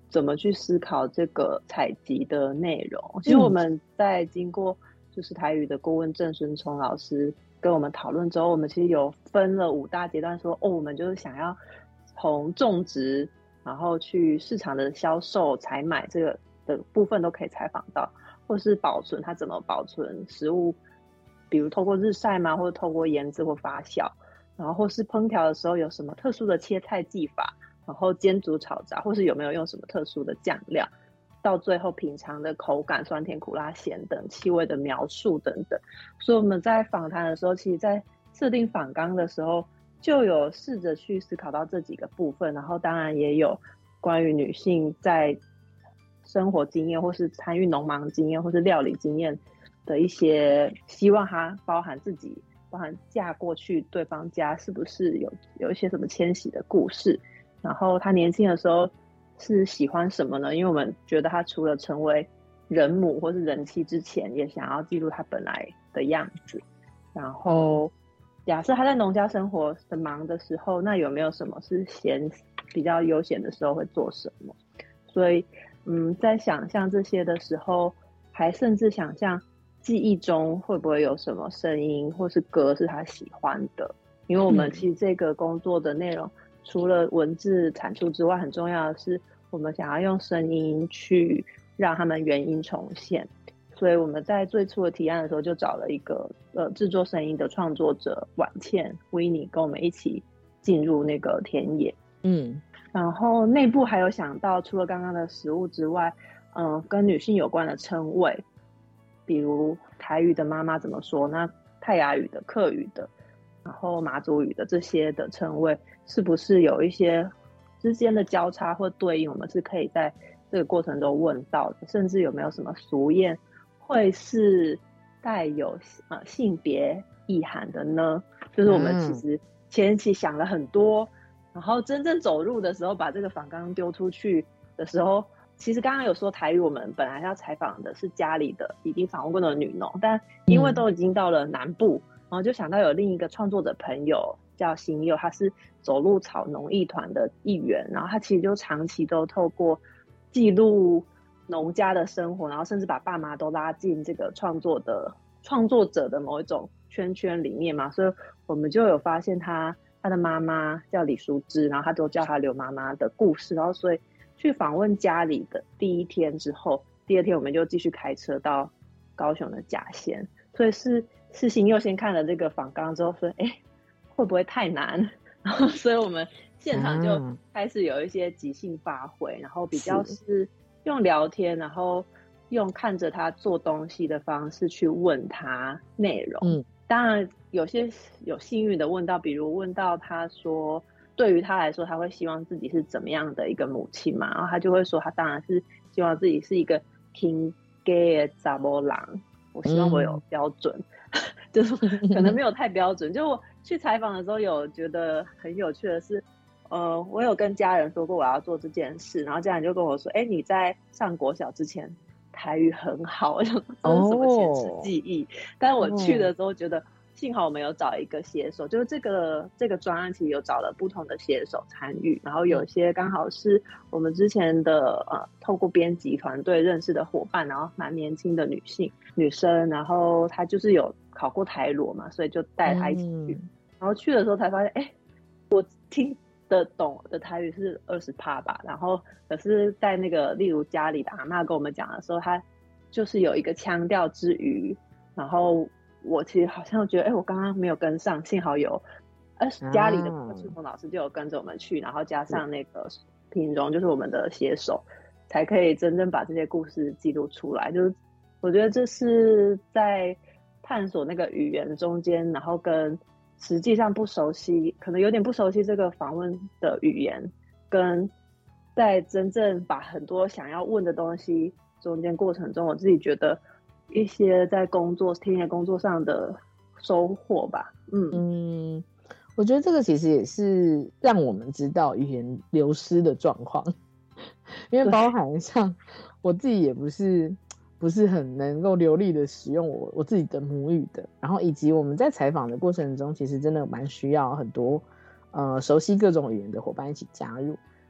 怎么去思考这个采集的内容。其实我们在经过就是台语的顾问郑孙聪老师跟我们讨论之后，我们其实有分了五大阶段说，哦，我们就是想要从种植，然后去市场的销售、采买这个的部分都可以采访到，或是保存，它怎么保存食物，比如透过日晒嘛，或者透过腌制或发酵，然后或是烹调的时候有什么特殊的切菜技法，然后煎煮炒炸，或是有没有用什么特殊的酱料，到最后品尝的口感、酸甜苦辣咸等气味的描述等等。所以我们在访谈的时候，其实在设定访纲的时候就有试着去思考到这几个部分，然后当然也有关于女性在生活经验或是参与农忙经验或是料理经验的一些希望，它包含自己包含嫁过去对方家是不是有有一些什么迁徙的故事，然后她年轻的时候是喜欢什么呢？因为我们觉得她除了成为人母或是人妻之前，也想要记录她本来的样子。然后假设她在农家生活的忙的时候，那有没有什么是闲比较悠闲的时候会做什么？所以嗯，在想象这些的时候，还甚至想象记忆中会不会有什么声音或是歌是她喜欢的。因为我们其实这个工作的内容、嗯、除了文字产出之外，很重要的是我们想要用声音去让他们原音重现。所以我们在最初的提案的时候就找了一个呃制作声音的创作者婉倩 Winnie 跟我们一起进入那个田野。 嗯， 然后内部还有想到除了刚刚的食物之外，嗯、呃，跟女性有关的称谓，比如台语的妈妈怎么说，那泰雅语的、客语的，然后马祖语的这些的称谓，是不是有一些之间的交叉或对应，我们是可以在这个过程中问到的。甚至有没有什么俗谚会是带有呃性别意涵的呢？就是我们其实前期想了很多、嗯、然后真正走入的时候，把这个访纲丢出去的时候，其实刚刚有说台语我们本来要采访的是家里的已经访问过的女农，但因为都已经到了南部、嗯、然后就想到有另一个创作者朋友叫新佑，他是走路草农艺团的一员，然后他其实就长期都透过记录农家的生活，然后甚至把爸妈都拉进这个创作的创作者的某一种圈圈里面嘛，所以我们就有发现他他的妈妈叫李淑芝，然后他都叫他刘妈妈的故事，然后所以去访问家里的第一天之后，第二天我们就继续开车到高雄的甲仙，所以是世新又先看了这个访纲之后说，哎，会不会太难？然后所以我们现场就开始有一些即兴发挥、嗯、然后比较是用聊天，然后用看着他做东西的方式去问他内容。嗯，当然有些有幸运的问到，比如问到他说对于他来说他会希望自己是怎么样的一个母亲嘛，然后他就会说他当然是希望自己是一个挺 gay 的查某人，我希望我有标准、嗯、就是可能没有太标准就我去采访的时候有觉得很有趣的是呃，我有跟家人说过我要做这件事，然后家人就跟我说，哎，你在上国小之前台语很好，我想说这是什么前世记忆、哦、但是我去的时候觉得幸好我们有找一个写手，就是这个这个专案其实有找了不同的写手参与，然后有些刚好是我们之前的呃透过编辑团队认识的伙伴，然后蛮年轻的女性女生，然后她就是有考过台罗嘛，所以就带她一起去、嗯、然后去的时候才发现，哎，我听的懂的台语是 百分之二十 吧，然后可是在那个例如家里的阿嬷跟我们讲的时候，她就是有一个腔调之余，然后我其实好像觉得，哎，我刚刚没有跟上，幸好有，呃，家里的志峰老师就有跟着我们去，然后加上那个品荣，就是我们的写手，才可以真正把这些故事记录出来。就是我觉得这是在探索那个语言中间，然后跟实际上不熟悉，可能有点不熟悉这个访问的语言，跟在真正把很多想要问的东西中间过程中，我自己觉得一些在工作田野工作上的收获吧。嗯嗯，我觉得这个其实也是让我们知道语言流失的状况，因为包含像我自己也不是不是很能够流利的使用我我自己的母语的，然后以及我们在采访的过程中，其实真的蛮需要很多呃熟悉各种语言的伙伴一起加入。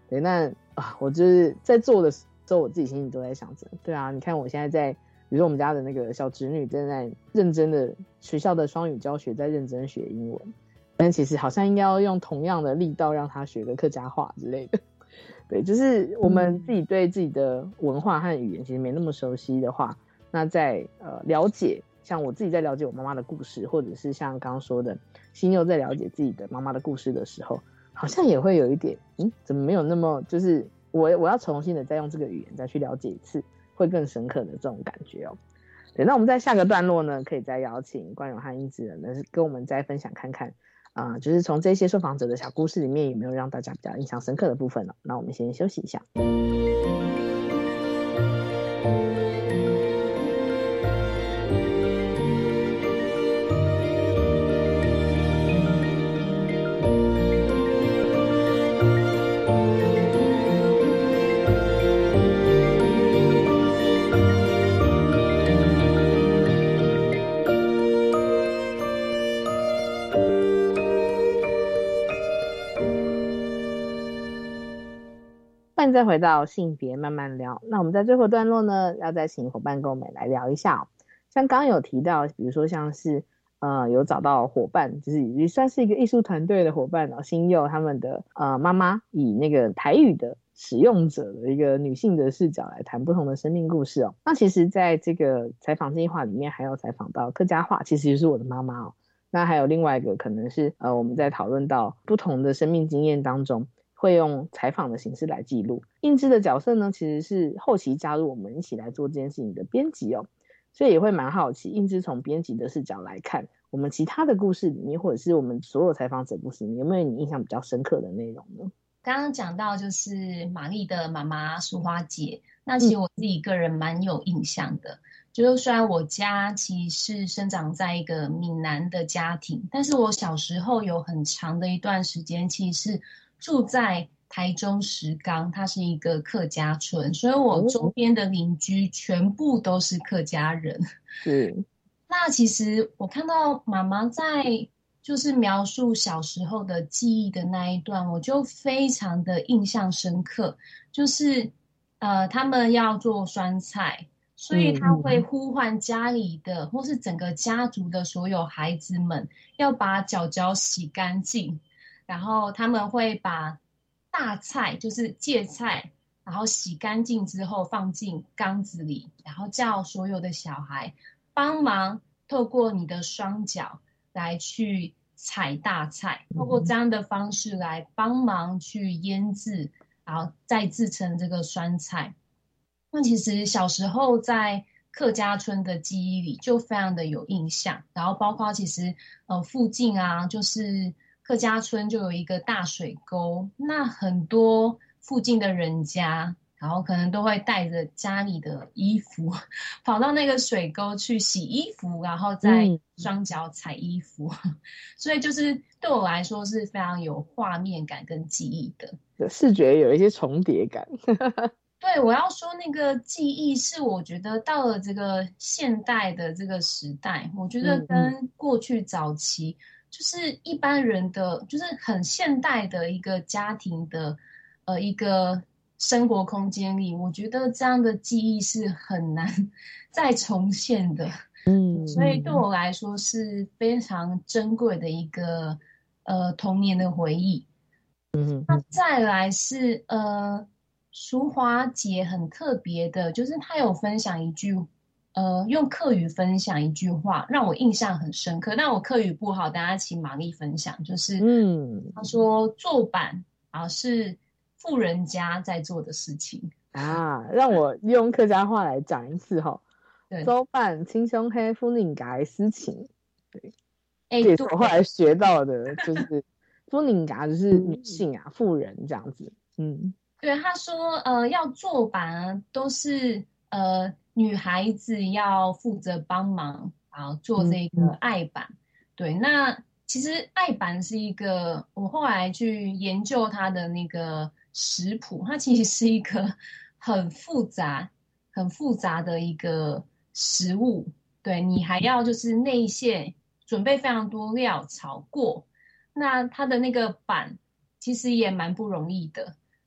对，那啊，我就是在做的时候，我自己心里都在想着，对啊，你看我现在在，比如说我们家的那个小侄女正在认真的学校的双语教学，在认真学英文，但其实好像应该要用同样的力道让她学个客家话之类的。对，就是我们自己对自己的文化和语言其实没那么熟悉的话，那在呃了解，像我自己在了解我妈妈的故事，或者是像刚刚说的犀牛在了解自己的妈妈的故事的时候，好像也会有一点，嗯，怎么没有那么就是我我要重新的再用这个语言再去了解一次，会更深刻的这种感觉哦。对，那我们在下个段落呢，可以再邀请冠荣和英子人呢，跟我们再分享看看。啊、呃，就是从这些受访者的小故事里面，有没有让大家比较印象深刻的部分呢？那我们先休息一下。再回到性别慢慢聊，那我们在最后段落呢，要再请伙伴跟我们来聊一下、哦、像刚刚有提到，比如说像是呃有找到伙伴，就是也算是一个艺术团队的伙伴哦，新佑他们的呃妈妈以那个台语的使用者的一个女性的视角来谈不同的生命故事哦。那其实在这个采访计划里面还有采访到客家话，其实就是我的妈妈哦。那还有另外一个可能是呃我们在讨论到不同的生命经验当中会用采访的形式来记录。印之的角色呢，其实是后期加入我们一起来做这件事情的编辑哦，所以也会蛮好奇，印之从编辑的视角来看，我们其他的故事里面，或者是我们所有采访者故事里面，有没有你印象比较深刻的内容呢？ 刚刚讲到就是玛丽的妈妈淑花姐，那其实我自己个人蛮有印象的。嗯，就是虽然我家其实是生长在一个闽南的家庭，但是我小时候有很长的一段时间其实是住在台中石冈，它是一个客家村，所以我周边的邻居全部都是客家人。 嗯， 那其实我看到妈妈在就是描述小时候的记忆的那一段，我就非常的印象深刻，就是呃，他们要做酸菜，所以他会呼唤家里的或是整个家族的所有孩子们要把脚脚洗干净，然后他们会把大菜就是芥菜然后洗干净之后放进缸子里，然后叫所有的小孩帮忙透过你的双脚来去采大菜，透过这样的方式来帮忙去腌制，然后再制成这个酸菜。那其实小时候在客家村的记忆里就非常的有印象，然后包括其实呃附近啊，就是客家村就有一个大水沟，那很多附近的人家然后可能都会带着家里的衣服跑到那个水沟去洗衣服，然后再双脚踩衣服、嗯、所以就是对我来说是非常有画面感跟记忆的， 视觉有一些重叠感对，我要说那个记忆是我觉得到了这个现代的这个时代，我觉得跟过去早期、嗯嗯就是一般人的就是很现代的一个家庭的呃一个生活空间里，我觉得这样的记忆是很难再重现的。嗯，所以对我来说是非常珍贵的一个呃童年的回忆。嗯，那再来是呃淑华姐很特别的，就是她有分享一句呃用客语分享一句话让我印象很深刻，但我客语不好，大家请玛丽分享，就是嗯她说做板啊是富人家在做的事情啊，让我用客家话来讲一次哈。做板亲兄黑富人家的事情，对，欸、这也是我后来学到的，就是富人家就是女性啊，富人这样子。嗯， 对，他说呃要做板都是呃女孩子要负责帮忙啊做这个爱板、嗯、对，那其实爱板是一个我后来去研究它的那个食谱，它其实是一个很复杂很复杂的一个食物，对，你还要就是内馅准备非常多料炒过，那它的那个板其实也蛮不容易的，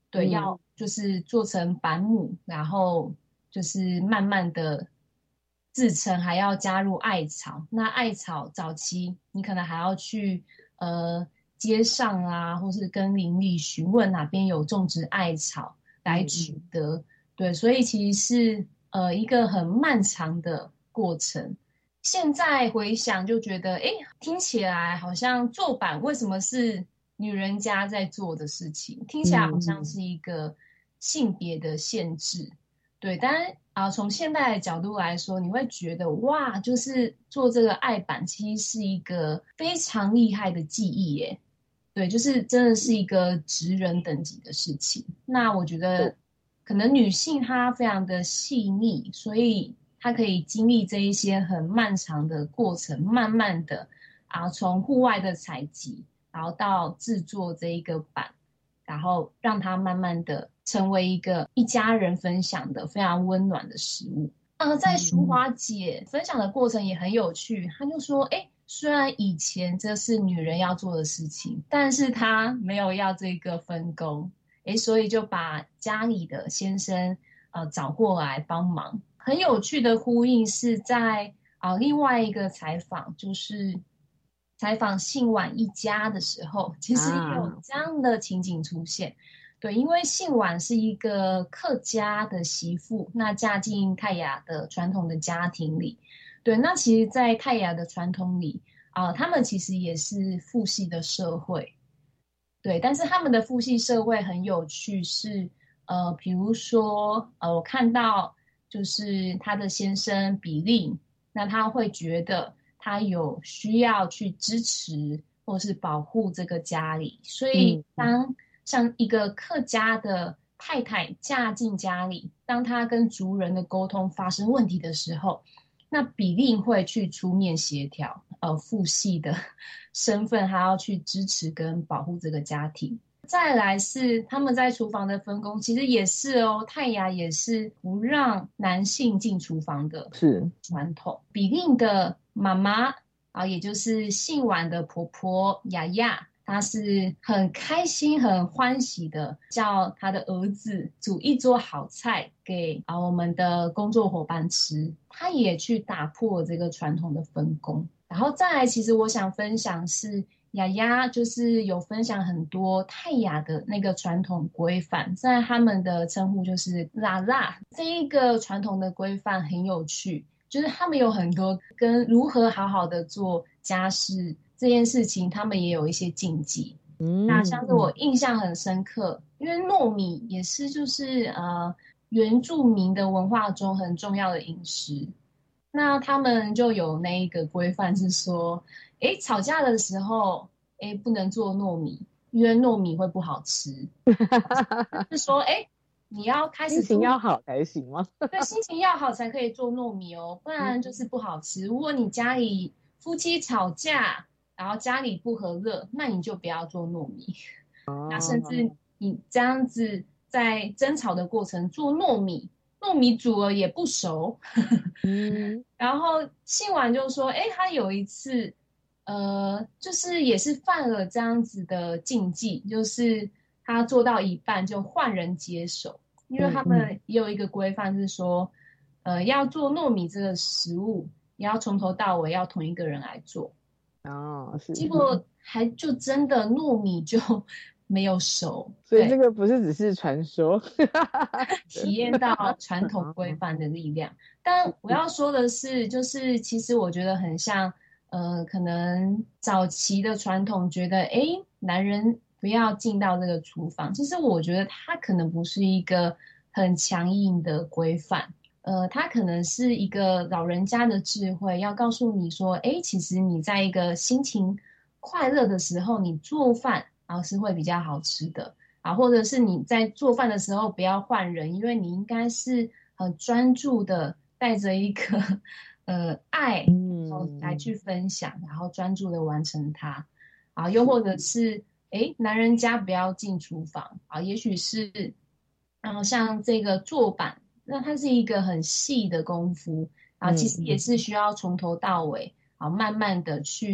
对， 嗯要就是做成板母，然后就是慢慢的制成，还要加入艾草。那艾草早期你可能还要去呃街上啊，或是跟邻里询问哪边有种植艾草来取得。嗯、对，所以其实是呃一个很漫长的过程。现在回想就觉得，哎，听起来好像做板为什么是女人家在做的事情？听起来好像是一个性别的限制。嗯、对，但啊、呃，从现代的角度来说，你会觉得哇，就是做这个艾板其实是一个非常厉害的技艺耶。对，就是真的是一个职人等级的事情。那我觉得可能女性她非常的细腻，所以她可以经历这一些很漫长的过程，慢慢的啊，从户外的采集，然后到制作这一个板，然后让它慢慢的成为一个一家人分享的非常温暖的食物。呃，在淑华姐分享的过程也很有趣，她就说，哎，虽然以前这是女人要做的事情，但是她没有要这个分工，诶，所以就把家里的先生呃找过来帮忙。很有趣的呼应是在啊、呃、另外一个采访，就是采访信婉一家的时候，其实也有这样的情景出现。啊、对，因为信婉是一个客家的媳妇，那嫁进泰雅的传统的家庭里。对，那其实在泰雅的传统里啊、呃，他们其实也是父系的社会。对，但是他们的父系社会很有趣是，呃，比如说，呃，我看到就是他的先生比令，那他会觉得他有需要去支持或是保护这个家里，所以当像一个客家的太太嫁进家里，当他跟族人的沟通发生问题的时候，那比令会去出面协调，呃，父系的身份，还要去支持跟保护这个家庭。再来是他们在厨房的分工，其实也是哦，泰雅也是不让男性进厨房的传统。比令的妈妈啊，也就是信婉的婆婆雅雅，她是很开心、很欢喜的，叫她的儿子煮一桌好菜给啊我们的工作伙伴吃。她也去打破这个传统的分工。然后再来，其实我想分享是雅雅，就是有分享很多泰雅的那个传统规范，在他们的称呼就是拉拉。这一个传统的规范很有趣，就是他们有很多跟如何好好的做家事这件事情，他们也有一些禁忌。嗯，那像是我印象很深刻，因为糯米也是就是呃原住民的文化中很重要的饮食，那他们就有那一个规范是说，诶，吵架的时候，诶，不能做糯米，因为糯米会不好吃。是说，诶，你要开始心情要好才行吗？ 对，心情要好才可以做糯米哦，不然就是不好吃。如果你家里夫妻吵架，然后家里不和乐，那你就不要做糯米。哦、那甚至你这样子在争吵的过程做糯米，糯米煮了也不熟。嗯、然后信婉就说，哎，他有一次呃就是也是犯了这样子的禁忌，就是他做到一半就换人接手，因为他们也有一个规范是说，呃要做糯米这个食物也要从头到尾要同一个人来做。哦，是。结果还就真的糯米就没有熟， 所以这个不是只是传说， 体验到传统规范的力量。但我要说的是，就是其实我觉得很像，呃，可能早期的传统觉得，哎，男人不要进到这个厨房。其实我觉得它可能不是一个很强硬的规范。呃，它可能是一个老人家的智慧，要告诉你说，哎，其实你在一个心情快乐的时候，你做饭然后是会比较好吃的啊，或者是你在做饭的时候不要换人，因为你应该是很专注的带着一个呃爱，然后来去分享，然后专注的完成它啊，又或者是哎，男人家不要进厨房啊，也许是然后像这个做板。那它是一个很细的功夫啊，其实也是需要从头到尾啊，慢慢的去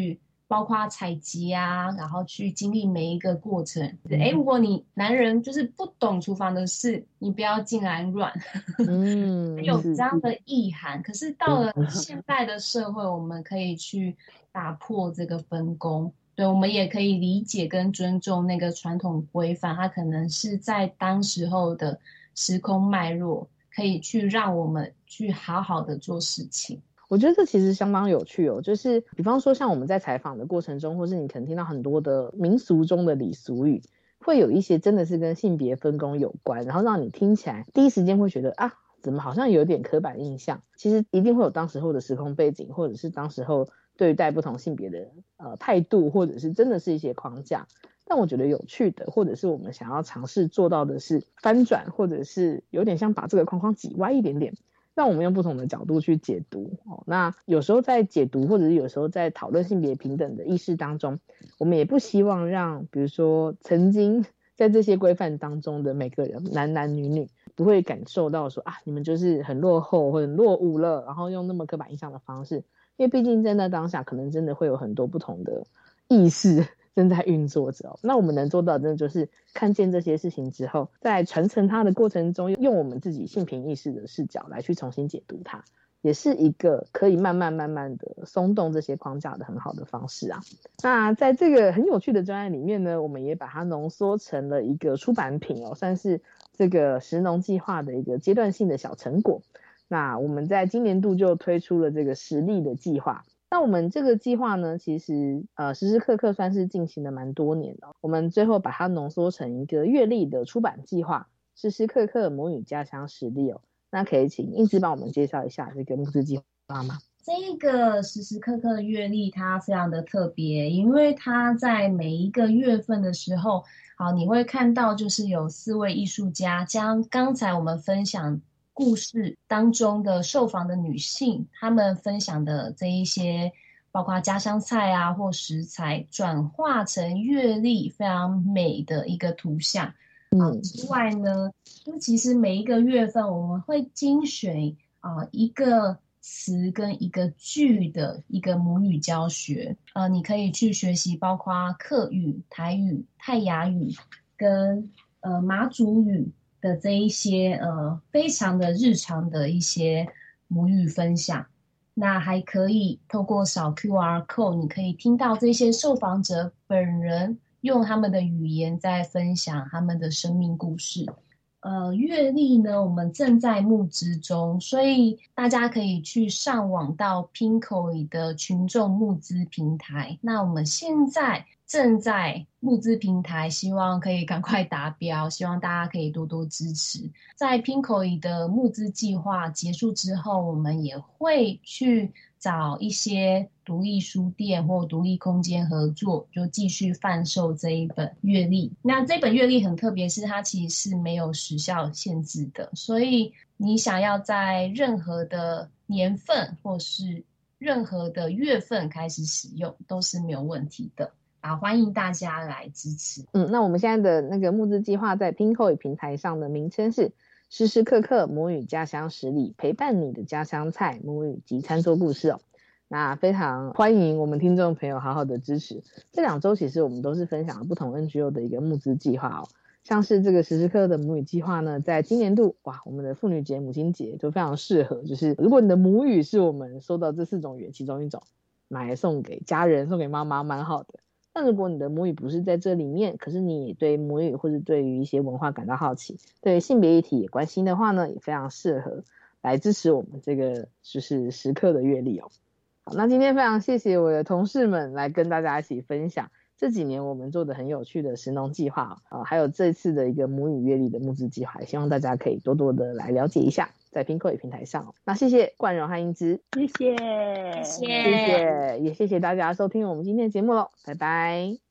包括采集啊，然后去经历每一个过程。哎，如果你男人就是不懂厨房的事，你不要进来乱。嗯，有这样的意涵。可是到了现代的社会，我们可以去打破这个分工。对，我们也可以理解跟尊重那个传统规范，它可能是在当时候的时空脉络，可以去让我们去好好的做事情。 我觉得这其实相当有趣哦，就是比方说像我们在采访的过程中，或是你可能听到很多的民俗中的礼俗语，会有一些真的是跟性别分工有关，然后让你听起来第一时间会觉得啊，怎么好像有点刻板印象。其实一定会有当时候的时空背景，或者是当时候对待不同性别的呃态度，或者是真的是一些框架。但我觉得有趣的，或者是我们想要尝试做到的是翻转，或者是有点像把这个框框挤歪一点点，让我们用不同的角度去解读。哦，那有时候在解读，或者是有时候在讨论性别平等的意识当中，我们也不希望让比如说曾经在这些规范当中的每个人，男男女女，不会感受到说啊，你们就是很落后或者很落伍了，然后用那么刻板印象的方式。因为毕竟在那当下可能真的会有很多不同的意识正在运作着哦。那我们能做到的真的就是看见这些事情之后，在传承它的过程中，用我们自己性平意识的视角来去重新解读它，也是一个可以慢慢慢慢的松动这些框架的很好的方式啊。那在这个很有趣的专案里面呢，我们也把它浓缩成了一个出版品哦，算是这个食农计划的一个阶段性的小成果。那我们在今年度就推出了这个实力的计划。那我们这个计划呢，其实呃时时刻刻算是进行了蛮多年的。我们最后把它浓缩成一个月历的出版计划，时时刻刻母语家乡实力哦。那可以请英姿帮我们介绍一下这个募资计划吗？ 这个时时刻刻的月历它非常的特别，因为它在每一个月份的时候，好，你会看到就是有四位艺术家将刚才我们分享故事当中的受访的女性，她们分享的这一些包括家乡菜啊或食材，转化成月历非常美的一个图像。嗯，之外呢，就其实每一个月份我们会精选啊、呃、一个词跟一个句的一个母语教学。呃，你可以去学习包括客语、台语、泰雅语跟呃马祖语的这一些呃非常的日常的一些母语分享。那还可以透过扫 Q R code， 你可以听到这些受访者本人用他们的语言在分享他们的生命故事。呃，月历呢，我们正在募资中，所以大家可以去上网到 Pinkoi 的群众募资平台。那我们现在正在募资平台，希望可以赶快达标，希望大家可以多多支持。在 Pinkoi 的募资计划结束之后，我们也会去找一些独立书店或独立空间合作，就继续贩售这一本月历。那这本月历很特别，是它其实是没有时效限制的，所以你想要在任何的年份或是任何的月份开始使用都是没有问题的啊！欢迎大家来支持。 嗯，那我们现在的那个募资计划在 Pinkoi 平台上的名称是时时刻刻母语家乡实力，陪伴你的家乡菜、母语及餐桌故事哦。那非常欢迎我们听众朋友好好的支持。这两周其实我们都是分享了不同 N G O 的一个募资计划哦，像是这个时时刻刻的母语计划呢，在今年度哇，我们的妇女节、母亲节就非常适合，就是如果你的母语是我们说到这四种语言其中一种，买来送给家人、送给妈妈蛮好的。但如果你的母语不是在这里面，可是你也对母语或者对于一些文化感到好奇，对性别议题也关心的话呢，也非常适合来支持我们这个就是时刻的月历哦。好，那今天非常谢谢我的同事们来跟大家一起分享这几年我们做的很有趣的食农计划啊，还有这次的一个母语月历的募资计划，也希望大家可以多多的来了解一下，在 Pinkoi 平台上。那谢谢冠荣和英姿， 谢谢， 谢谢， 谢谢，也谢谢大家收听我们今天的节目咯，拜拜。